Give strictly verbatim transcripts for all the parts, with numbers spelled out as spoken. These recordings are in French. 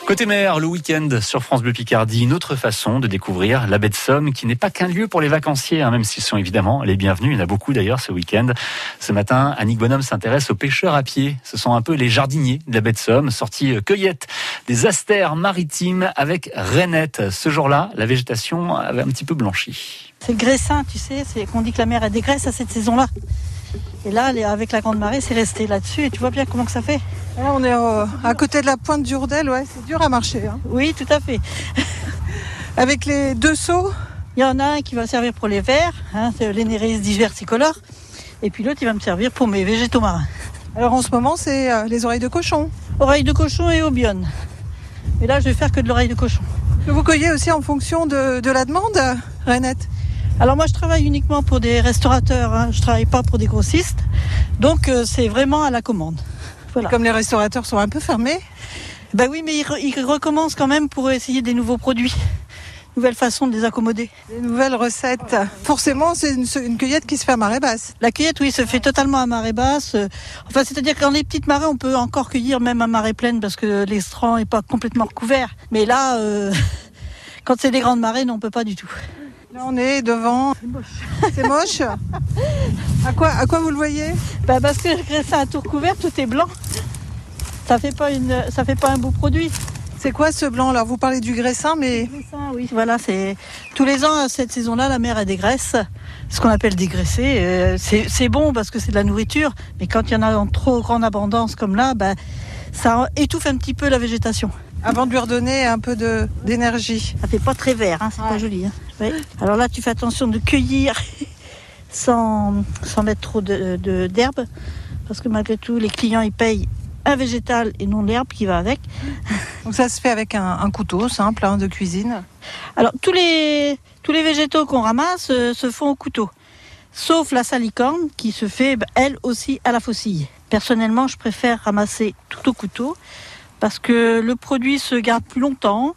Côté mer, le week-end sur France Bleu Picardie, une autre façon de découvrir la baie de Somme qui n'est pas qu'un lieu pour les vacanciers, hein, même s'ils sont évidemment les bienvenus. Il y en a beaucoup d'ailleurs ce week-end. Ce matin, Annick Bonhomme s'intéresse aux pêcheurs à pied. Ce sont un peu les jardiniers de la baie de Somme, sortis cueillette des astères maritimes avec rainettes. Ce jour-là, la végétation avait un petit peu blanchi. C'est le graissin, tu sais, c'est qu'on dit que la mer a des graisses à cette saison-là. Et là, avec la grande marée, c'est resté là-dessus. Et tu vois bien comment que ça fait. Là, on est euh, à côté de la pointe d'Urdel, ouais, c'est dur à marcher. Hein. Oui, tout à fait. Avec les deux seaux. Il y en a un qui va servir pour les vers, hein, c'est l'Enereis diversicolor. Et puis l'autre, il va me servir pour mes végétaux marins. Alors en ce moment, c'est euh, les oreilles de cochon. Oreilles de cochon et aubionne. Et là, je vais faire que de l'oreille de cochon. Que vous cueillez aussi en fonction de, de la demande, Rainette? Alors moi je travaille uniquement pour des restaurateurs, hein. Je ne travaille pas pour des grossistes, donc euh, c'est vraiment à la commande. Voilà. Et comme les restaurateurs sont un peu fermés? Ben oui, mais ils, re- ils recommencent quand même pour essayer des nouveaux produits, nouvelles façons de les accommoder. Des nouvelles recettes. Forcément, c'est une, une cueillette qui se fait à marée basse. La cueillette, oui, se fait totalement à marée basse. Euh, Enfin, c'est-à-dire que dans les petites marées, on peut encore cueillir même à marée pleine parce que l'estran n'est pas complètement recouvert. Mais là, euh, quand c'est des grandes marées, non, on ne peut pas du tout. Là, on est devant. C'est moche. C'est moche. À quoi, à quoi vous le voyez? Ben parce que le graissin à tout recouvert, tout est blanc. Ça fait pas une, ça fait pas un beau produit. C'est quoi ce blanc là? Vous parlez du graissin, mais... Le graissin, oui, voilà, c'est tous les ans à cette saison-là, la mer a des graisses, ce qu'on appelle dégraisser. Euh, c'est, c'est bon parce que c'est de la nourriture, mais quand il y en a en trop grande abondance comme là, ben ça étouffe un petit peu la végétation. Avant de lui redonner un peu de, d'énergie. Ça fait pas très vert, hein, c'est ouais. pas joli. Hein. Ouais. Alors là, tu fais attention de cueillir sans, sans mettre trop de, de, d'herbe, parce que malgré tout, les clients ils payent un végétal et non l'herbe qui va avec. Donc ça se fait avec un, un couteau simple hein, de cuisine. Alors tous les, tous les végétaux qu'on ramasse euh, se font au couteau, sauf la salicorne qui se fait bah, elle aussi à la faucille. Personnellement, je préfère ramasser tout au couteau parce que le produit se garde plus longtemps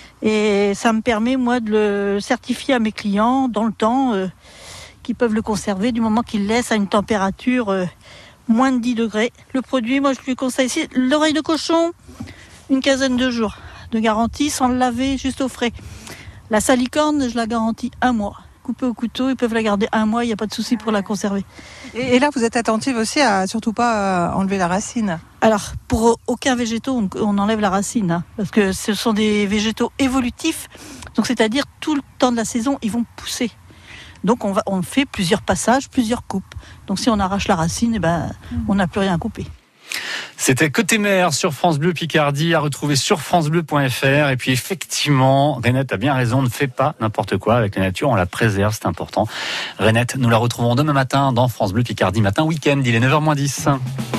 et ça me permet moi de le certifier à mes clients dans le temps, euh, qui peuvent le conserver du moment qu'ils le laissent à une température euh, moins de dix degrés. Le produit, moi je lui conseille ici, l'oreille de cochon, une quinzaine de jours de garantie sans le laver, juste au frais. La salicorne, je la garantis un mois. Coupée au couteau, ils peuvent la garder un mois, il n'y a pas de souci pour la conserver. Et, et là, vous êtes attentive aussi à surtout pas euh, enlever la racine. Alors, pour aucun végétaux, on, on enlève la racine, hein, parce que ce sont des végétaux évolutifs, donc c'est-à-dire tout le temps de la saison, ils vont pousser. Donc on, va, on fait plusieurs passages, plusieurs coupes. Donc si on arrache la racine, eh ben, on n'a plus rien à couper. C'était Côté mer sur France Bleu Picardie, à retrouver sur francebleu point f r. Et puis effectivement, Rainette a bien raison, ne fait pas n'importe quoi avec la nature, on la préserve, c'est important. Rainette, nous la retrouvons demain matin dans France Bleu Picardie, matin week-end, il est neuf heures moins dix.